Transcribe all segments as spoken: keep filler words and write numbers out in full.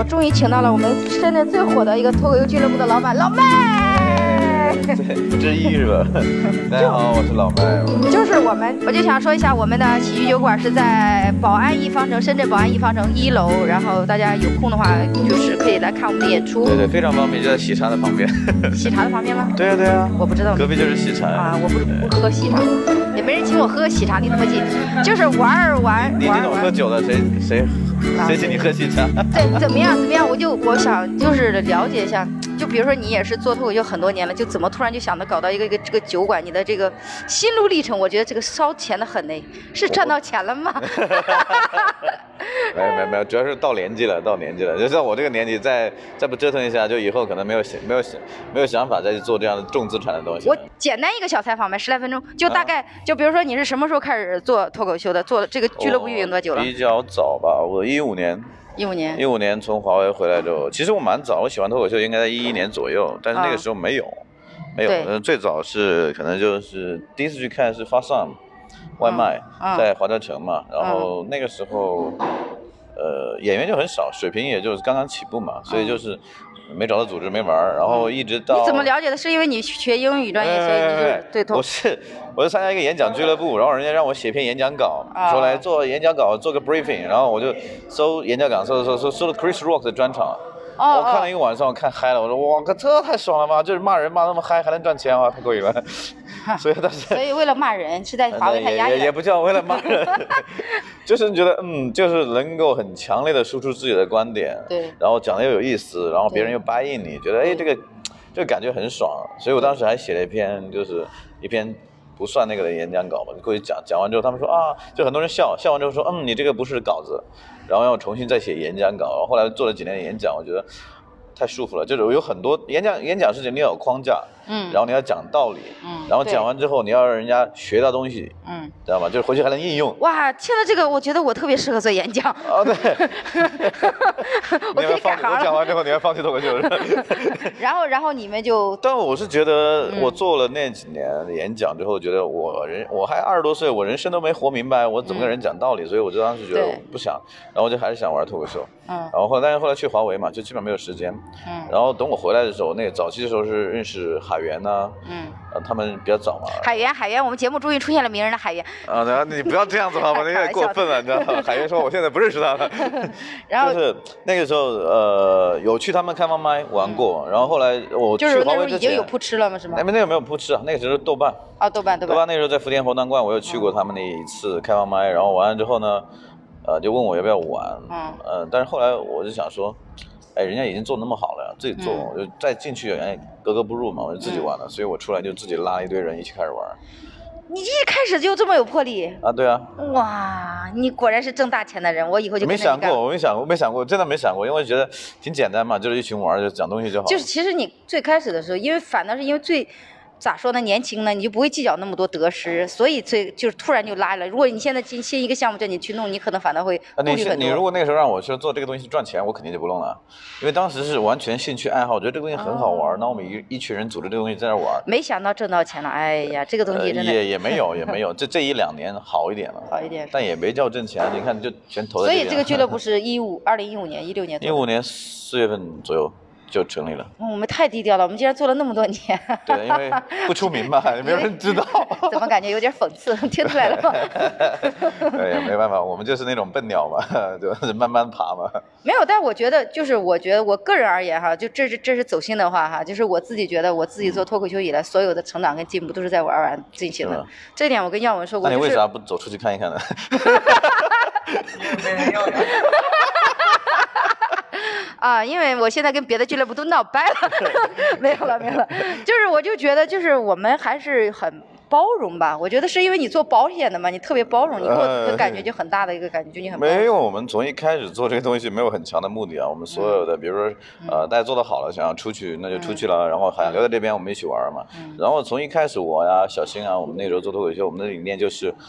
终于请到了我们深圳最火的一个脱口秀俱乐部的老板老麦。 对，之一是吧？大家好，我是老麦。 就是我们，我就想说一下，我们的喜剧酒馆是在宝安一方城，深圳宝安一方城一楼。然后大家有空的话，就是可以来看我们的演出。 对对，非常方便，就在喜茶的旁边。 喜茶的旁边吗？ 对啊对啊， 我不知道。 隔壁就是喜茶啊，我不不喝喜茶，也没人请我喝喜茶，离那么近，就是玩儿玩。 你这种喝酒的，谁谁谁请你喝喜茶？ 对，怎么样怎么样？我就我想就是了解一下。就比如说你也是做脱口秀很多年了，就怎么突然就想到搞到一个一个这个酒馆？你的这个心路历程，我觉得这个烧钱的很呢，是赚到钱了吗？ 没有没有没有，主要是到年纪了，到年纪了，就像我这个年纪，再再不折腾一下，就以后可能没有没有没有想法再去做这样的重资产的东西。 我简单一个小采访呗，十来分钟，就大概、啊、就比如说你是什么时候开始做脱口秀的？做这个俱乐部运营多久了？ 比较早吧，我一五年。 一五年， 一五年从华为回来之后，其实我蛮早，我喜欢脱口秀应该在一一年左右，但是那个时候没有，啊、没有。呃，最早是可能就是第一次去看是发上外卖，嗯、在华侨城嘛，嗯、然后那个时候，呃，演员就很少，水平也就是刚刚起步嘛，所以就是没找到组织没玩，然后一直到。 你怎么了解的？是因为你学英语专业，所以你就是对脱。 我是我是参加一个演讲俱乐部，然后人家让我写篇演讲稿，啊、说来做演讲稿，做个 briefing， 然后我就搜演讲稿，搜搜搜搜了 Chris Rock 的专场。哦、我看了一个晚上，我看嗨了，我说哇，可这太爽了吧！就是骂人骂那么嗨，还能赚钱啊，太过瘾了。所以当时， 所以为了骂人是在华为太压抑了。 也也不叫为了骂人，就是觉得嗯，就是能够很强烈的输出自己的观点， 对， 然后讲的又有意思，然后别人又答应你，觉得哎这个这个感觉很爽，所以我当时还写了一篇就是一篇。不算那个的演讲稿嘛，就过去讲，讲完之后他们说啊，就很多人笑，笑完之后说，嗯，你这个不是稿子，然后要重新再写演讲稿。然后后来做了几年的演讲，我觉得太舒服了，就是有很多演讲演讲事情你要有框架，嗯，然后你要讲道理，嗯，然后讲完之后你要让人家学到东西，嗯，知道吗？就是回去还能应用。 哇，听了这个，我觉得我特别适合做演讲。 啊，对。 我可以改行了。 我讲完之后你要放弃脱口秀。 然后，然后你们就…… 但我是觉得，我做了那几年演讲之后，觉得我人我还二十多岁，我人生都没活明白，我怎么跟人讲道理？嗯、所以我就当时觉得我不想，然后我就还是想玩脱口秀。嗯。然后后来，但是后来去华为嘛，就基本上没有时间。嗯。然后等我回来的时候，那个早期的时候是认识海源呐、啊，嗯，呃，他们比较早嘛。 海源，海源，我们节目终于出现了名人的海源。 啊，然后你不要这样子好吗？你有点过分了，你知道吗？海源说我现在不认识他了。 然后就是那个时候，呃，有去他们开放麦玩过，嗯、然后后来我去华为之前， 就是那时候已经有扑哧了吗？是吗？ 那边那个没有扑哧啊，那个时候是豆瓣。 啊、哦，豆瓣，豆瓣。 豆瓣那时候在福田活动馆，我有去过他们那一次开放麦，然后完了之后呢，呃，就问我要不要玩，嗯，呃，但是后来我就想说。哎，人家已经做那么好了，自己做，我、嗯、就再进去，哎，格格不入嘛，我就自己玩了，嗯、所以我出来就自己拉一堆人一起开始玩。 你一开始就这么有魄力啊？对啊。 哇，你果然是挣大钱的人，我以后就跟没想过，我没想过，没想过，真的没想过，因为觉得挺简单嘛，就是一群玩，就讲东西就好。 就是其实你最开始的时候，因为反倒是因为最。咋说呢？年轻呢，你就不会计较那么多得失，所以最就是突然就拉了。如果你现在进新一个项目叫你去弄，你可能反倒会顾虑很多。 你你如果那个时候让我去做这个东西赚钱，我肯定就不弄了，因为当时是完全兴趣爱好，我觉得这个东西很好玩。那、哦、我们一一群人组织这个东西在那玩， 没想到挣到钱了。哎呀，这个东西真的、 呃、也也没有也没有，这这一两年好一点了， 好一点， 但也没叫挣钱。你看就全投在这。所以这个俱乐部是一五二零一五年一六年， 一五年四月份左右。就成立了、 嗯。我们太低调了，我们竟然做了那么多年。 对，因为不出名嘛，也没有人知道。 怎么感觉有点讽刺？听出来了吗？ 哎呀，没办法，我们就是那种笨鸟嘛，就是慢慢爬嘛。 没有，但是我觉得，就是我觉得我个人而言哈，就这是这是走心的话哈，就是我自己觉得我自己做脱口秀以来，所有的成长跟进步都是在玩玩进行的。嗯、这一点我跟耀文说过。 那你为啥不走出去看一看呢？ 啊，因为我现在跟别的俱乐部都闹掰了，没有了，没有了。就是我就觉得，就是我们还是很包容吧。我觉得是因为你做保险的嘛，你特别包容，你给我的感觉就很大的一个感觉，就你很包容。 没有，我们从一开始做这个东西没有很强的目的啊。我们所有的，比如说呃，大家做得好了，想要出去那就出去了，然后还想留在这边，我们一起玩嘛。然后从一开始我呀、小新啊，我们那时候做脱口秀，我们的理念就是。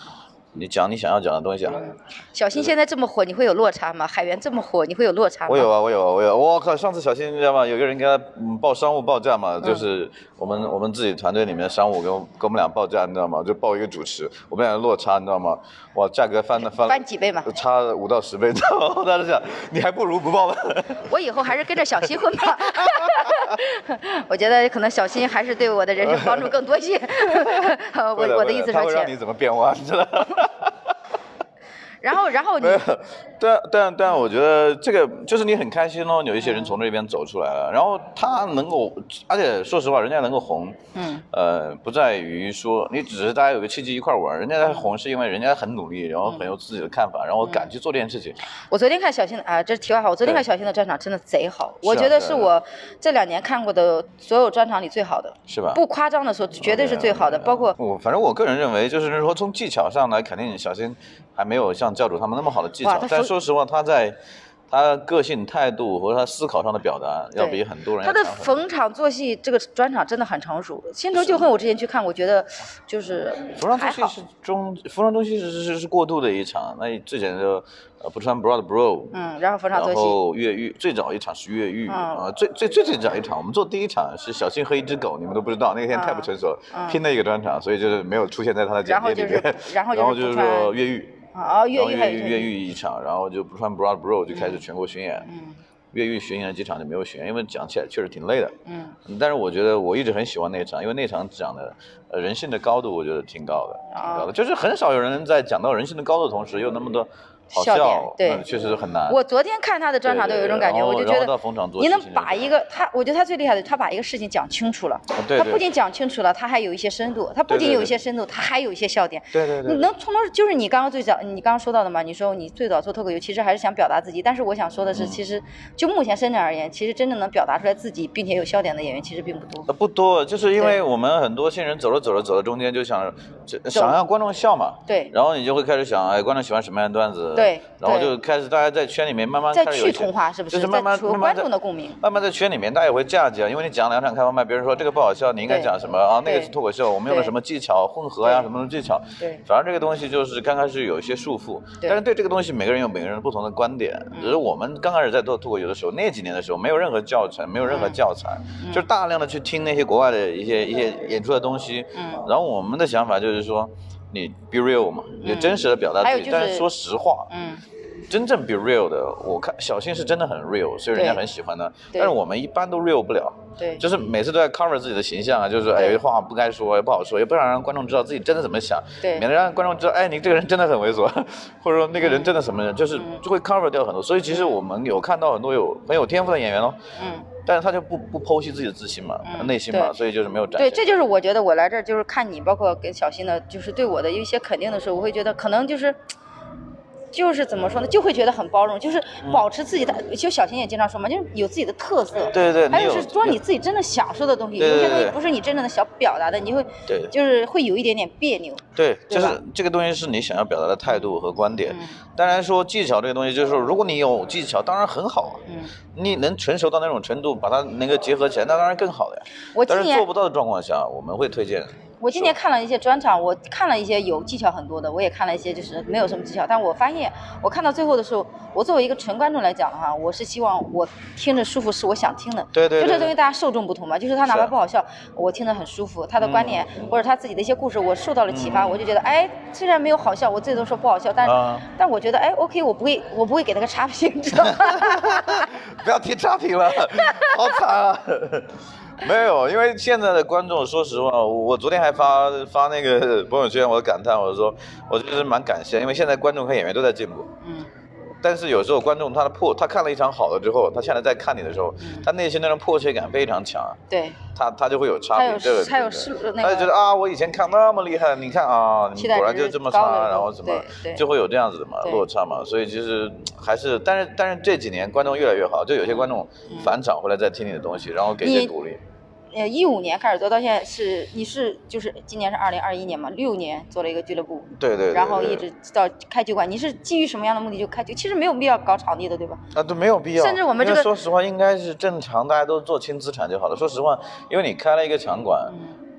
你讲你想要讲的东西啊。 小新现在这么火，你会有落差吗？海源这么火，你会有落差吗？ 我有啊，我有啊，我有。我靠，上次小新你知道吗？有个人给他嗯报商务报价嘛，嗯、就是我们我们自己团队里面的商务跟我跟我们俩报价，你知道吗？就报一个主持，我们俩的落差，你知道吗？哇，价格翻了翻翻几倍嘛？ 差五到十倍，你知道吗？我当时想，你还不如不报吧。 我以后还是跟着小新混吧。我觉得可能小新还是对我的人生帮助更多一些。我我的意思说， 他会让你怎么变弯，你知道吗？ 然后，然后你， 但但但我觉得这个就是你很开心咯，有一些人从这边走出来了，然后他能够，而且说实话，人家能够红，嗯，呃，不在于说你只是大家有个契机一块玩，人家在红是因为人家很努力，然后很有自己的看法，然后敢去做这件事情。 我昨天看小新的啊，这是题外话，我昨天看小新的专场真的贼好，我觉得是我这两年看过的所有专场里最好的， 是吧？ 不夸张的说，绝对是最好的，包括我反正我个人认为，就是说从技巧上来，肯定小新还没有像教主他们那么好的技巧，但说实话，他在他个性、态度和他思考上的表达，要比很多人他的逢场作戏这个专场真的很成熟。新仇旧恨我之前去看，我觉得就是逢场作戏是中，逢场作戏是是是过渡的一场。那之前的呃不穿 bra 的 bro， 嗯，然后逢场作戏， 然后越狱最早一场是越狱啊、嗯呃，最最最最早一场我们做第一场是小新和一只狗，你们都不知道，那天太不成熟了，嗯、拼了一个专场，所以就是没有出现在他的简介里面。 然后就是，然后就是说越狱。 啊、哦，越狱越狱越狱一场，然后就不穿 bra bro 就开始全国巡演。嗯，越狱巡演了几场就没有巡演，因为讲起来确实挺累的。嗯，但是我觉得我一直很喜欢那场，因为那场讲的呃人性的高度，我觉得挺高的，挺高的。哦、就是很少有人在讲到人性的高度的同时，又那么多好笑， 对、 嗯，确实很难。 我昨天看他的专场都有一种感觉，我就觉得你能把一个他，我觉得他最厉害的，他把一个事情讲清楚了。 对， 他不仅讲清楚了，他还有一些深度。他不仅有一些深度，他还有一些笑点。 对对对。 你能从头就是你刚刚最早你刚刚说到的嘛？你说你最早做脱口秀，其实还是想表达自己。但是我想说的是，其实就目前深圳而言，其实真正能表达出来自己并且有笑点的演员，其实并不多。 不多，就是因为我们很多新人走着走着走到中间，就想想让观众笑嘛。 对。 然后你就会开始想，哎，观众喜欢什么样的段子？ 对。 然后就开始大家在圈里面慢慢再去同化，是不是？ 就是慢慢慢慢观众的共鸣。 慢慢在圈里面，大家也会架起啊，因为你讲两场开放麦，别人说这个不好笑，你应该讲什么啊？那个是脱口秀，我们用了什么技巧混合呀、啊，什么技巧？ 对。 反正这个东西就是刚开始有一些束缚，但是对这个东西每个人有每个人不同的观点。只是我们刚开始在做脱口秀的时候，那几年的时候没有任何教程，没有任何教材，嗯、就是大量的去听那些国外的一些一些演出的东西。嗯。然后我们的想法就是说，你 be real 嘛，你真实的表达自己， 嗯就是、 但是说实话。 嗯。 真正 be real 的，我看小新是真的很 real， 所以人家很喜欢的。但是我们一般都 real 不了， 对， 就是每次都在 cover 自己的形象啊，就是哎话不该说，也不好说，也不想让观众知道自己真的怎么想， 对， 免得让观众知道，哎，你这个人真的很猥琐，或者说那个人真的什么人，就是就会 cover 掉很多。所以其实我们有看到很多有很有天赋的演员哦，嗯，但是他就不不剖析自己的自信嘛，嗯、内心嘛，所以就是没有展现。 对，这就是我觉得我来这儿就是看你，包括跟小新的，就是对我的一些肯定的时候，我会觉得可能就是。就是怎么说呢，就会觉得很包容，就是保持自己的。其实小新也经常说嘛，就是有自己的特色。 对对。 还有是说你自己真的享受的东西，有些东西不是你真正的想表达的，你会对， 就是会有一点点别扭。 对，就是这个东西是你想要表达的态度和观点。当然说技巧这个东西，就是说如果你有技巧，当然很好啊。嗯。你能成熟到那种程度，把它能够结合起来，那当然更好了呀。 我今年但是做不到的状况下，我们会推荐。 我今年看了一些专场，我看了一些有技巧很多的，我也看了一些就是没有什么技巧。但我发现，我看到最后的时候，我作为一个纯观众来讲的话，我是希望我听着舒服，是我想听的。 对 对, 对。 就这东西大家受众不同嘛，就是他哪怕不好笑，我听得很舒服，他的观点、嗯、或者他自己的一些故事，我受到了启发，嗯、我就觉得，哎，虽然没有好笑，我最多说不好笑，但是、啊、但我觉得，哎 ，OK， 我不会，我不会给他个差评，知道吗？ 不要提差评了，好惨啊！没有，因为现在的观众，说实话，我昨天还发发那个朋友圈，我感叹，我说，我就是蛮感谢，因为现在观众和演员都在进步。嗯。但是有时候观众他的迫，他看了一场好的之后，他现在在看你的时候，嗯、他内心那种迫切感非常强。 对。 他他就会有差别，这个他有是那个。 他就觉得啊，我以前看那么厉害，你看啊，你果然就这么差，然后什么，就会有这样子的嘛落差嘛。所以其实还是，但是但是这几年观众越来越好，就有些观众返场回来再听你的东西，然后给一些鼓励。 呃，一五年开始做到现在是，你是就是今年是二零二一年嘛，六年做了一个俱乐部， 对 对, 对， 然后一直到开酒馆，你是基于什么样的目的就开酒？其实没有必要搞场地的，对吧？ 啊，都没有必要。 甚至我们这个， 说实话，应该是正常，大家都做轻资产就好了。说实话，因为你开了一个场馆。嗯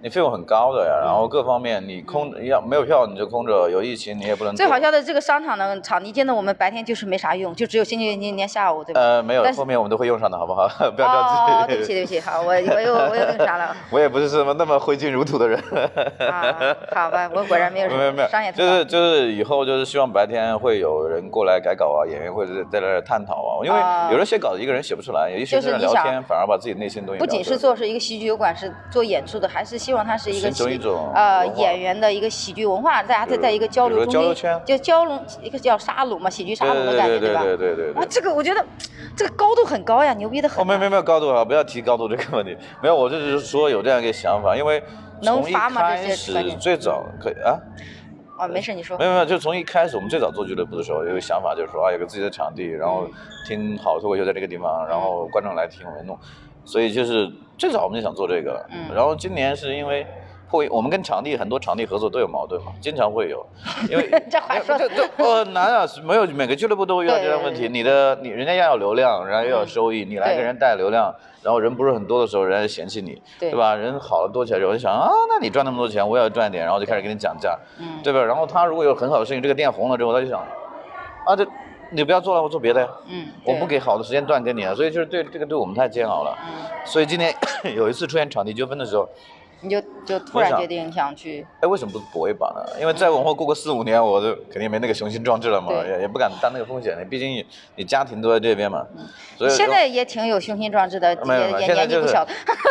你费用很高的呀，然后各方面你空要没有票你就空着，有疫情你也不能。 最好笑的这个商场的场地建的我们白天就是没啥用，就只有星期天下午对吧？ 呃，没有，后面我们都会用上的，好不好？不要着急。 哦，对不起对不起，好，我我又我又那个啥了。 我也不是什么那么挥金如土的人。 啊，好吧，我果然没有没有没有商业头脑。 就是就是以后就是希望白天会有人过来改稿啊，演员会在那儿探讨啊，因为有人写稿子一个人写不出来，有一些人聊天反而把自己内心东西。 不仅是做是一个喜剧酒馆是做演出的，还是希望它是一个形成一种呃演员的一个喜剧文化，大家在在一个交流中间， 圈， 就交流一个叫沙龙嘛，喜剧沙龙的感觉， 对吧？ 对对对对。 啊，这个我觉得这个高度很高呀，牛逼的很。 哦，没有没有没有高度啊，不要提高度这个问题。没有，我就是说有这样一个想法，因为从一开始最早可以啊。 哦，没事，你说。 没有没有，就从一开始我们最早做俱乐部的时候，有个想法就是说啊，有个自己的场地，然后听好脱口秀在这个地方，然后观众来听我们弄，所以就是最早我们就想做这个。 嗯。 然后今年是因为会我们跟场地很多场地合作都有矛盾嘛，经常会有，因为这话说这这呃难啊，没有每个俱乐部都会遇到这样的问题。你的你人家要有流量，人家又要收益，你来给人带流量。然后人不是很多的时候，人家就嫌弃你， 对, 对吧？人好了多起来，我就想啊，那你赚那么多钱，我也要赚一点，然后就开始给你讲价，嗯，对吧？然后他如果有很好的事情，这个店红了之后，他就想，啊，这你不要做了，我做别的呀，嗯，我不给好的时间段给你啊，所以就是对这个对我们太煎熬了，嗯，所以今年有一次出现场地纠纷的时候。 你就就突然决定想去， 哎，为什么不搏一把呢？因为再往后过个四五年，我就肯定没那个雄心壮志了嘛，也也不敢担那个风险。你毕竟你你家庭都在这边嘛， 嗯、 所以现在也挺有雄心壮志的， 没有也也年纪不小。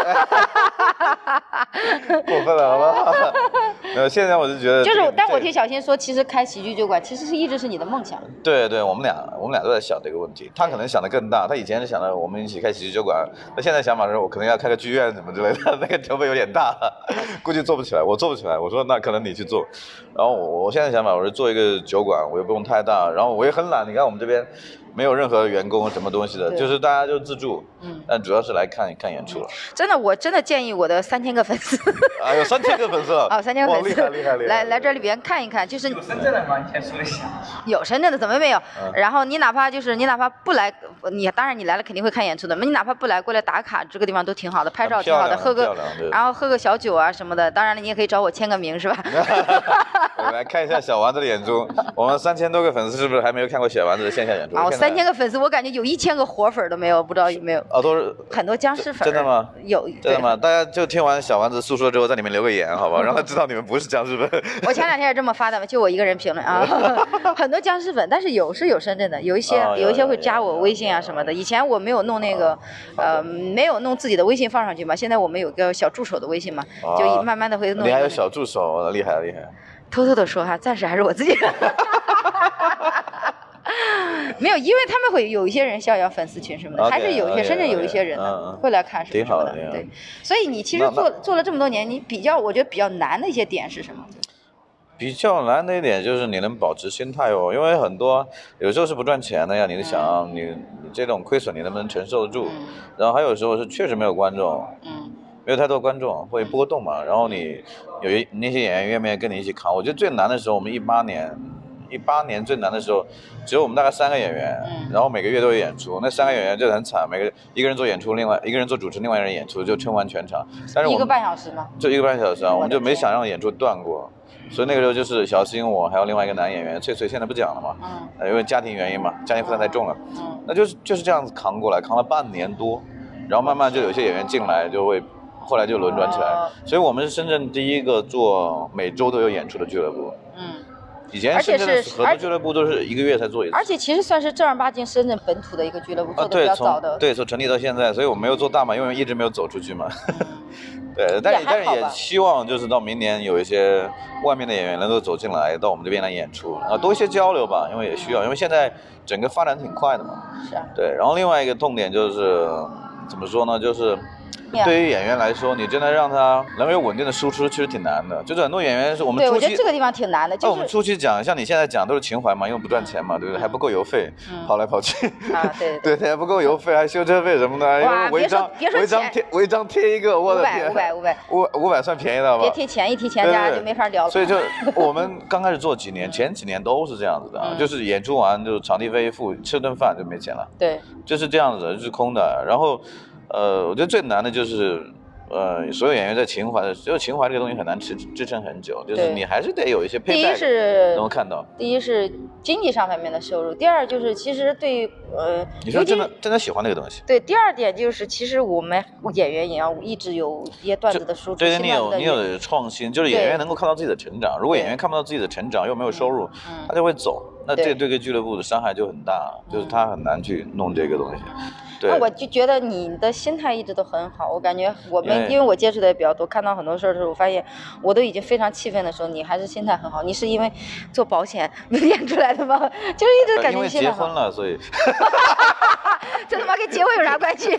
过分了，好不好？没有，现在我就觉得就是，但我听小新说，其实开喜剧酒馆其实是一直是你的梦想。 对对，我们俩我们俩都在想这个问题，他可能想的更大，他以前是想的我们一起开喜剧酒馆，那现在想法是我可能要开个剧院什么之类的，那个成本有点大。估计做不起来，我做不起来。我说那可能你去做，然后我我现在想法我是做一个酒馆，我又不用太大，然后我也很懒。你看我们这边没有任何员工什么东西的，就是大家就自助，嗯，但主要是来看看演出了。 真的，我真的建议我的三千个粉丝， 啊，有三千个粉丝了， 哦，三千个粉丝， 厉害厉害厉害！ 来来这里边看一看，就是有深圳的吗？你先说一下。 有深圳的，怎么没有？嗯、然后你哪怕就是你哪怕不来，你当然你来了肯定会看演出的，你哪怕不来过来打卡，这个地方都挺好的，拍照挺好的，喝个然后喝个小酒啊什么的。当然了，你也可以找我签个名，是吧？ 我来看一下小丸子的演出，我们三千多个粉丝是不是还没有看过小丸子的线下演出？ 哦，三千个粉丝，我感觉有一千个活粉都没有，不知道有没有？ 哦，都是很多僵尸粉。 真的吗？ 有。 真的吗？大家就听完小丸子诉说之后，在里面留个言，好不好？让他知道你们不是僵尸粉。 我前两天也这么发的嘛，就我一个人评论啊，很多僵尸粉，但是有是有深圳的，有一些、哦、有一些会加我微信啊什么的。以前我没有弄那个，呃，没有弄自己的微信放上去嘛，现在我们有个小助手的微信嘛，哦、就慢慢的会弄。 你还有小助手，厉害厉害。 偷偷的说哈，暂时还是我自己。没有，因为他们会有一些人逍遥粉丝群什么的， okay, 还是有一些， okay, 甚至有一些人呢、嗯、会来看什么什么的。对，所以你其实做做了这么多年，你比较，我觉得比较难的一些点是什么？ 比较难的一点就是你能保持心态哦，因为很多有时候是不赚钱的呀，你想、嗯、你你这种亏损你能不能承受得住？嗯、然后还有时候是确实没有观众，嗯，没有太多观众会波动嘛，然后你有一那些演员愿不愿意跟你一起扛？我觉得最难的时候，我们一八年。一八年最难的时候，只有我们大概三个演员，嗯、然后每个月都有演出。那三个演员就很惨，每个一个人做演出，另外一个人做主持，另外一个人演出，就撑完全场。但是我们一个半小时吗？ 就一个半小时啊，我们就没想让演出断过。所以那个时候就是小新我还有另外一个男演员翠翠，现在不讲了嘛，嗯呃，因为家庭原因嘛，家庭负担太重了，嗯，那就是就是这样子扛过来，扛了半年多，然后慢慢就有些演员进来就会。后来就轮转起来，哦、所以我们是深圳第一个做每周都有演出的俱乐部。嗯。以前深圳的很多俱乐部都是一个月才做一次， 而且其实算是正儿八经深圳本土的一个俱乐部，做的比较早的。 啊、对，从成立到现在，所以我没有做大嘛，因为一直没有走出去嘛。嗯、对，但是但是也希望就是到明年有一些外面的演员能够走进来到我们这边来演出，啊，多一些交流吧，因为也需要，因为现在整个发展挺快的嘛。 是啊。 对，然后另外一个痛点就是怎么说呢，就是。对于演员来说，你真的让他能有稳定的输出，其实挺难的。就是很多演员是我们初期， 对，我觉得这个地方挺难的。就是我们初期讲，像你现在讲都是情怀嘛，因为不赚钱嘛，对不对？还不够邮费，嗯、跑来跑去。 啊，对对。 对，还不够邮费，还修车费什么的。 哇， 违章，违章贴，违章贴一个，我的天。 五百，五百， 五百，五百算便宜的吧？ 别贴钱，一提钱大家就没法聊了。 所以就我们刚开始做几年，前几年都是这样子的，嗯、就是演出完就场地费一付，吃顿饭就没钱了。 对， 就是这样子的，就是空的。然后，呃，我觉得最难的就是。 呃，所有演员在情怀的，只有情怀这个东西很难支支撑很久，就是你还是得有一些配第带一是能够看到。 第一是经济上方面的收入，第二就是其实对呃， 你说真的真的喜欢那个东西。 对，第二点就是其实我们演员也要一直有一些段子的输出， 对，你有你有创新，就是演员能够看到自己的成长。如果演员看不到自己的成长，又没有收入， 嗯、 他就会走。那这对个俱乐部的伤害就很大，就是他很难去弄这个东西。 那我就觉得你的心态一直都很好，我感觉我们因为我接触的也比较多，看到很多事儿的时候，我发现我都已经非常气愤的时候，你还是心态很好。你是因为做保险练出来的吗？就是一直感觉你心态好。 因为结婚了，所以。 这他妈跟结婚有啥关系？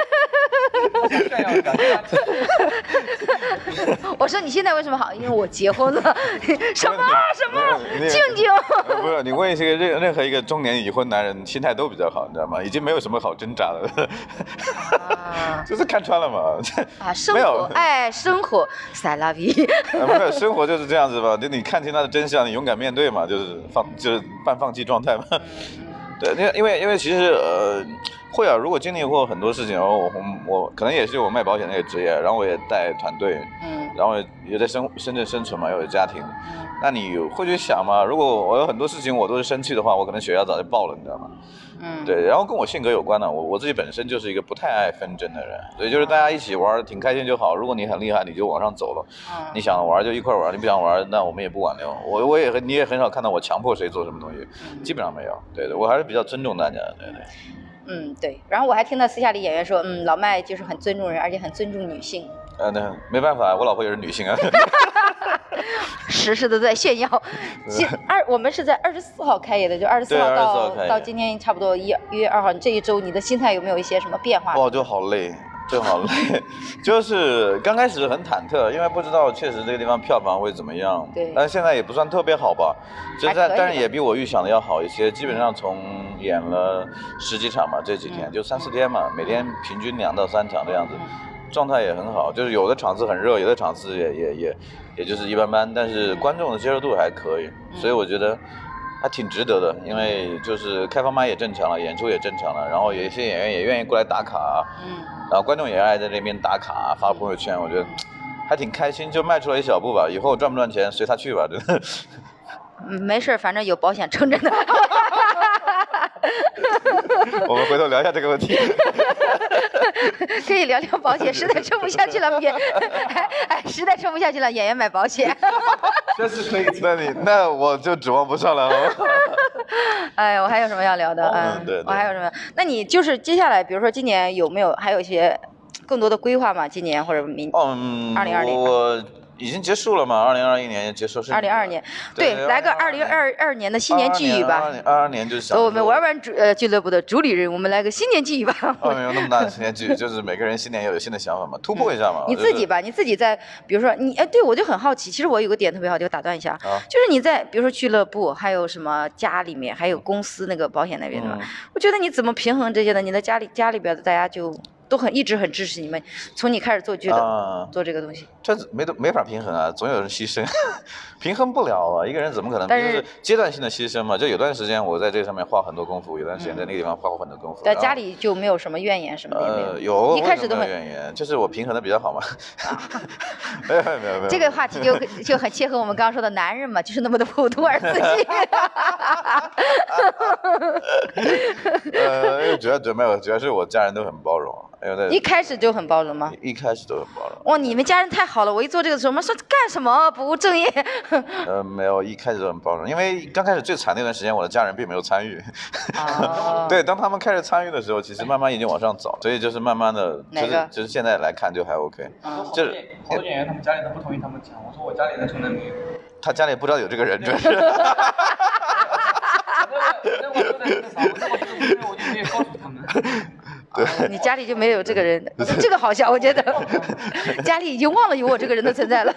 我说你现在为什么好？因为我结婚了。什么什么？静静。 不是，你问一些任任何一个中年已婚男人，心态都比较好，你知道吗？已经没有什么好挣扎的。啊、就是看穿了嘛。 啊，生活，哎，生活，塞拉比。 没有，生活就是这样子吧？就你看清他的真相，你勇敢面对嘛，就是放，就是半放弃状态嘛。对，因为因为因为其实呃会啊，如果经历过很多事情，然后我我可能也是我卖保险那个职业，然后我也带团队，嗯，然后也在深深圳生存嘛，又有家庭，嗯，那你会去想嘛？如果我有很多事情我都是生气的话，我可能血压早就爆了，你知道吗？嗯，对，然后跟我性格有关的，我我自己本身就是一个不太爱纷争的人，所以就是大家一起玩挺开心就好。如果你很厉害，你就往上走了，嗯，你想玩就一块玩，你不想玩，那我们也不挽留。我我也很你也很少看到我强迫谁做什么东西，基本上没有。对对，我还是比较尊重大家，对对。 嗯，对。然后我还听到私下里演员说，嗯，老麦就是很尊重人，而且很尊重女性。 呃，那没办法，我老婆也是女性啊。 时时都在炫耀。二，我们是在二十四号开业的，就二十四号到到今天差不多一一月二号，这一周你的心态有没有一些什么变化？ 哇，就好累，就好累，就是刚开始很忐忑，因为不知道确实这个地方票房会怎么样。 对。 但是现在也不算特别好吧，就在但是也比我预想的要好一些。基本上从演了十几场嘛，这几天、嗯、就三四天嘛，每天平均两到三场的样子。嗯，状态也很好，就是有的场次很热，有的场次也也也也就是一般般，但是观众的接受度还可以，所以我觉得还挺值得的，因为就是开放麦也正常了，演出也正常了，然后有一些演员也愿意过来打卡，嗯，然后观众也爱在那边打卡发朋友圈，我觉得还挺开心，就迈出了一小步吧，以后赚不赚钱随他去吧，真的。 没事，反正有保险撑着呢。 我们回头聊一下这个问题。 可以聊聊保险，实在撑不下去了，演，哎，实在撑不下去了，演员买保险。 这是可以，那你那我就指望不上了。 哎，我还有什么要聊的？嗯， 嗯对对我还有什么？那你就是接下来，比如说今年有没有还有一些更多的规划吗？今年或者明？ 嗯， 二零二零。 我。已经结束了嘛？二零二一年结束是。 二零二二年，对，对来个二零二二年的新年寄语吧。 二二年就是想。 我们玩玩主呃俱乐部的主理人，我们来个新年寄语吧。 哦，没有那么大的新年寄语，就是每个人新年有新的想法嘛，突破一下嘛。 嗯、你自己吧，你自己在，比如说你，哎，对我就很好奇，其实我有个点特别好，就打断一下，啊、就是你在比如说俱乐部，还有什么家里面，还有公司那个保险那边的嘛，嗯、我觉得你怎么平衡这些的？你的家里家里边的大家就。都很一直很支持你们，从你开始做剧的、呃、做这个东西， 这没没法平衡啊，总有人牺牲，平衡不了啊，一个人怎么可能？ 但是、 就是阶段性的牺牲嘛，就有段时间我在这个上面花很多功夫，有段时间在那个地方花很多功夫。 在家里就没有什么怨言什么的。 呃，有， 一开始都没有怨言，就是我平衡的比较好嘛。没有没有没有没有。 这个话题就就很切合我们刚刚说的男人嘛，就是那么的普通而自信。 呃，主要主要没有，主要是我家人都很包容。 一开始就很包容吗？ 一开始都很包容。 哇，你们家人太好了！我一做这个时候，我们说干什么不务正业？ 呃，没有，一开始都很包容，因为刚开始最惨那段时间，我的家人并没有参与。哦。对，当他们开始参与的时候，其实慢慢已经往上走，所以就是慢慢的，就是就是现在来看就还 OK。 嗯。就是好多演员他们家里都不同意他们讲，我说我家里人从来没有。 他家里不知道有这个人，真是。 那我说的是啥？那我就那我就没有告诉他们。 对、 啊，你家里就没有这个人，这个好笑，我觉得家里已经忘了有我这个人的存在了。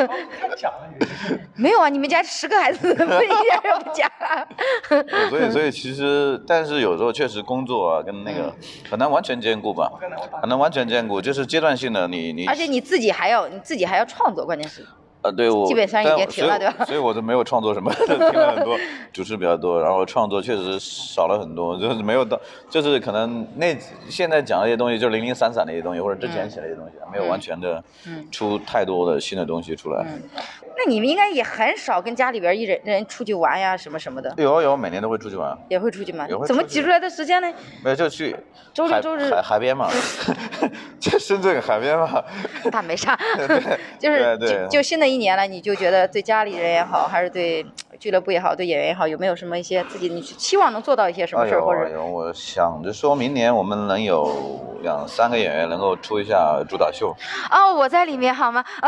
没有啊，你们家十个孩子，不一点也不假。 所以，所以其实，但是有时候确实工作啊，跟那个很难完全兼顾吧，很难完全兼顾，就是阶段性的你你。 而且你自己还要你自己还要创作，关键是。 呃，对我基本上已经停了，对吧？ 所以我就没有创作什么，听了很多，主持比较多，然后创作确实少了很多，就是没有到，就是可能那现在讲的一些东西就是零零散散的一些东西，或者之前写的一些东西，嗯、没有完全的出太多的新的东西出来。 嗯嗯、那你们应该也很少跟家里边一人人出去玩呀，什么什么的。 有有，每年都会出去玩。 也会出去吗？ 也会怎么挤出来的时间呢？ 没有，就去周六周日海海边嘛，在深圳海边嘛。 那没啥，就是就就新的一年了，你就觉得对家里人也好，还是对俱乐部也好，对演员也好，有没有什么一些自己你期望能做到一些什么事儿、哎、或者？ 我想着说明年我们能有两三个演员能够出一下主打秀。 哦，我在里面好吗？ 啊、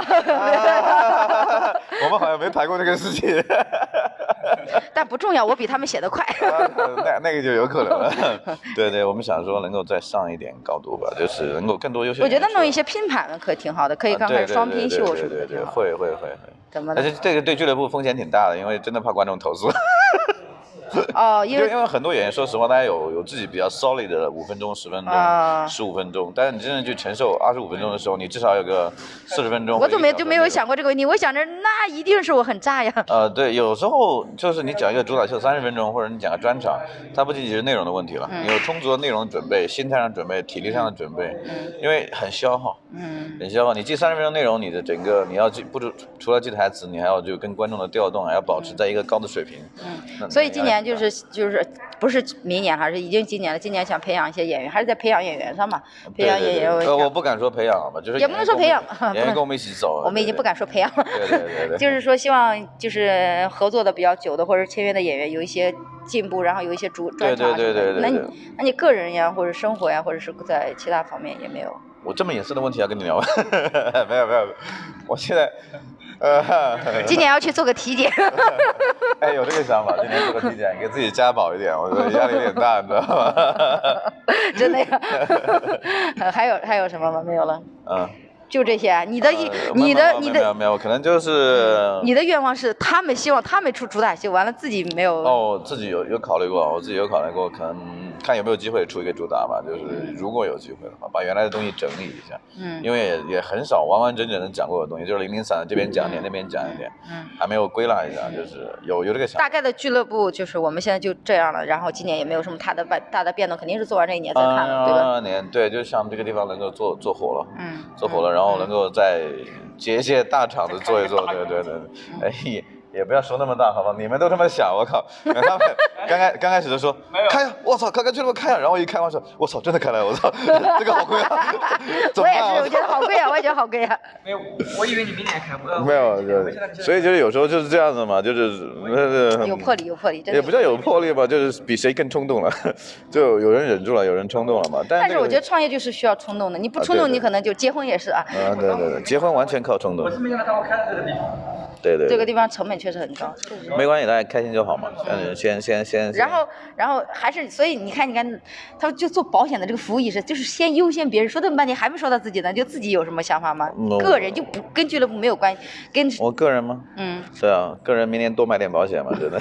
我们好像没谈过这个事情。 但不重要，我比他们写得快。 啊、那那个就有可能了。对对，我们想说能够再上一点高度吧，就是能够更多优秀。 我觉得弄一些拼盘可挺好的，可以刚开始双拼秀什么的。 对对对，会会会会。 怎么了？ 但是这个对俱乐部风险挺大的，因为真的怕观众投诉。 哦，因为因为很多演员，说实话，大家有有自己比较 solid 的五分钟、十分钟、十五分钟，但是你真的去承受二十五分钟的时候，你至少有个四十分钟。 我怎么就没有想过这个问题？我想着那一定是我很炸呀。 呃，对，有时候就是你讲一个主打秀三十分钟，或者你讲个专场，它不仅仅是内容的问题了，嗯、你有充足的内容准备、心态上准备、体力上的准备，嗯、因为很消耗，嗯，很消耗。你记三十分钟内容，你的整个你要记不除除了记台词，你还要就跟观众的调动，还要保持在一个高的水平。 嗯，所以今年就是就是。不是明年还是已经今年了？今年想培养一些演员，还是在培养演员上嘛？培养演员。 对对对呃，我不敢说培养吧，就是也不能说培养， 演员跟我们一起走。 我们已经不敢说培养了。 对对对对。 就是说，希望就是合作的比较久的或者签约的演员有一些进步，然后有一些主专场。 对对对对对。 那你那你个人呀，或者生活呀，或者是在其他方面也没有。 我这么隐私的问题要跟你聊？没有没有，我现在。 呃，今年要去做个体检。 哎，有这个想法，今年做个体检，给自己加保一点，我觉得压力有点大，你知道吗？ 真的呀？还有还有什么吗？没有了。嗯。就这些啊？你的一、呃、你的你的没有没有，可能就是你的愿望是他们希望他们出主打秀，完了自己没有。 哦，自己有有考虑过，我自己有考虑过，可能看有没有机会出一个主打吧。就是如果有机会的话，把原来的东西整理一下。嗯。因为也也很少完完整整的讲过的东西，就是零零散的这边讲一点，嗯、那边讲一点。嗯。还没有归纳一下，就是有有这个想法。 大概的俱乐部就是我们现在就这样了，然后今年也没有什么大的大的变动，肯定是做完这一年再看了， 嗯、 对吧？ 二年对，就像这个地方能够做做火了，嗯，做火了，然后能够再接一些大场子做一做，对对对，哎，也不要说那么大，好吧？你们都这么想，我靠！他们刚开刚开始就说开呀，我操，开开俱乐部开呀，然后一开完说，我操，真的开了，我操，这个好贵啊！ 我也是，我觉得好贵啊，我也觉得好贵啊。 没有，我以为你明年开， 没有，所以就是有时候就是这样子嘛，就是有魄力，有魄力，真的也不叫有魄力吧，就是比谁更冲动了，就有人忍住了，有人冲动了嘛。但但是我觉得创业就是需要冲动的，你不冲动，你可能就结婚也是啊。 啊，对对对，结婚完全靠冲动。 我是没想到他会开到这个地方。 对对， 这个地方成本确实很高， 没关系，大家开心就好嘛。嗯，先先先。 然后然后还是，所以你看，你看，他就做保险的这个服务意识，就是先优先别人。说这么半天还没说到自己呢，就自己有什么想法吗？个人就不跟俱乐部没有关系，跟我个人吗？嗯，是啊，个人明年多买点保险嘛，真的。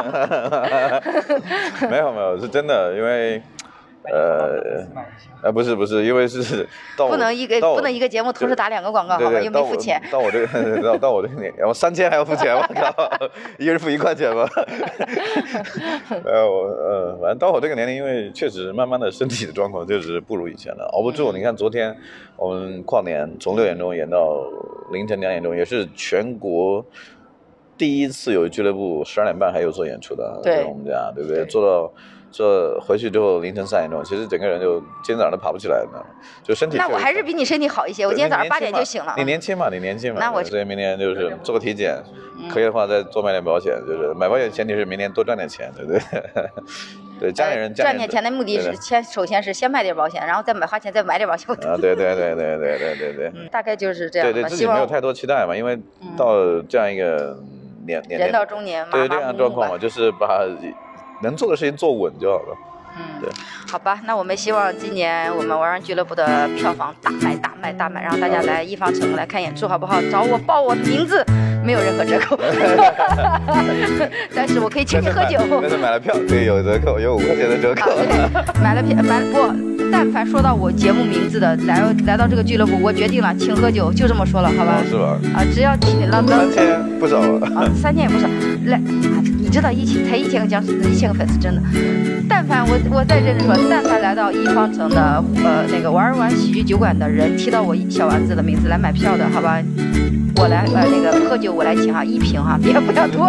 没有没有，是真的，因为。呃，呃，不是不是，因为是到不能一个不能一个节目同时打两个广告，好吧？又没付钱。 到我这个到到我这个年，然后三千还要付钱，我靠，一个人付一块钱吧。呃，我呃，反正到我这个年龄，因为确实慢慢的身体的状况就是不如以前了，熬不住。你看昨天我们跨年从六点钟演到凌晨两点钟，也是全国第一次有俱乐部十二点半还有做演出的， 对， 我们家对不对？做到。这回去之后凌晨三点钟，其实整个人就今天早上都爬不起来了，就身体。 那我还是比你身体好一些，我今天早上八点就醒了。 你年轻嘛，你年轻嘛。 那我所以明年就是做个体检，嗯、可以的话再多买点保险，就是买保险前提是明年多赚点钱，对不对？对，家里人赚点钱的目的是先首先是先买点保险，然后再买花钱再买点保险。 啊，对对对对对对对对。 嗯，大概就是这样。 对对，自己没有太多期待嘛，因为到这样一个年年人到中年， 对这样状况嘛，就是把。能做的事情做稳就好了。 嗯，对，好吧，那我们希望今年我们玩玩俱乐部的票房大卖大卖大卖，让大家来一方城来看演出，好不好？找我报我的名字。 没有任何折扣，但是我可以请你喝酒。 但是买了票可以有折扣，有五块钱的折扣。 啊、买了票买不，但凡说到我节目名字的，来来到这个俱乐部，我决定了，请喝酒，就这么说了，好吧？ 是吧？ 啊，只要请你让三千不少啊，三千也不少。来，啊、你知道一千才一千个讲一千个粉丝，真的。但凡我我再认真说，但凡来到一方城的呃那个玩玩喜剧酒馆的人，提到我小丸子的名字来买票的，好吧？我来呃那个喝酒我来请哈，一瓶哈，别不要多。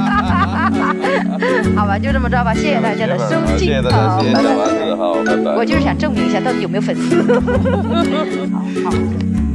好吧，就这么着吧，谢谢大家的收听， 谢谢大家，谢谢小丸子，好，拜拜。 我就是想证明一下到底有没有粉丝。好好。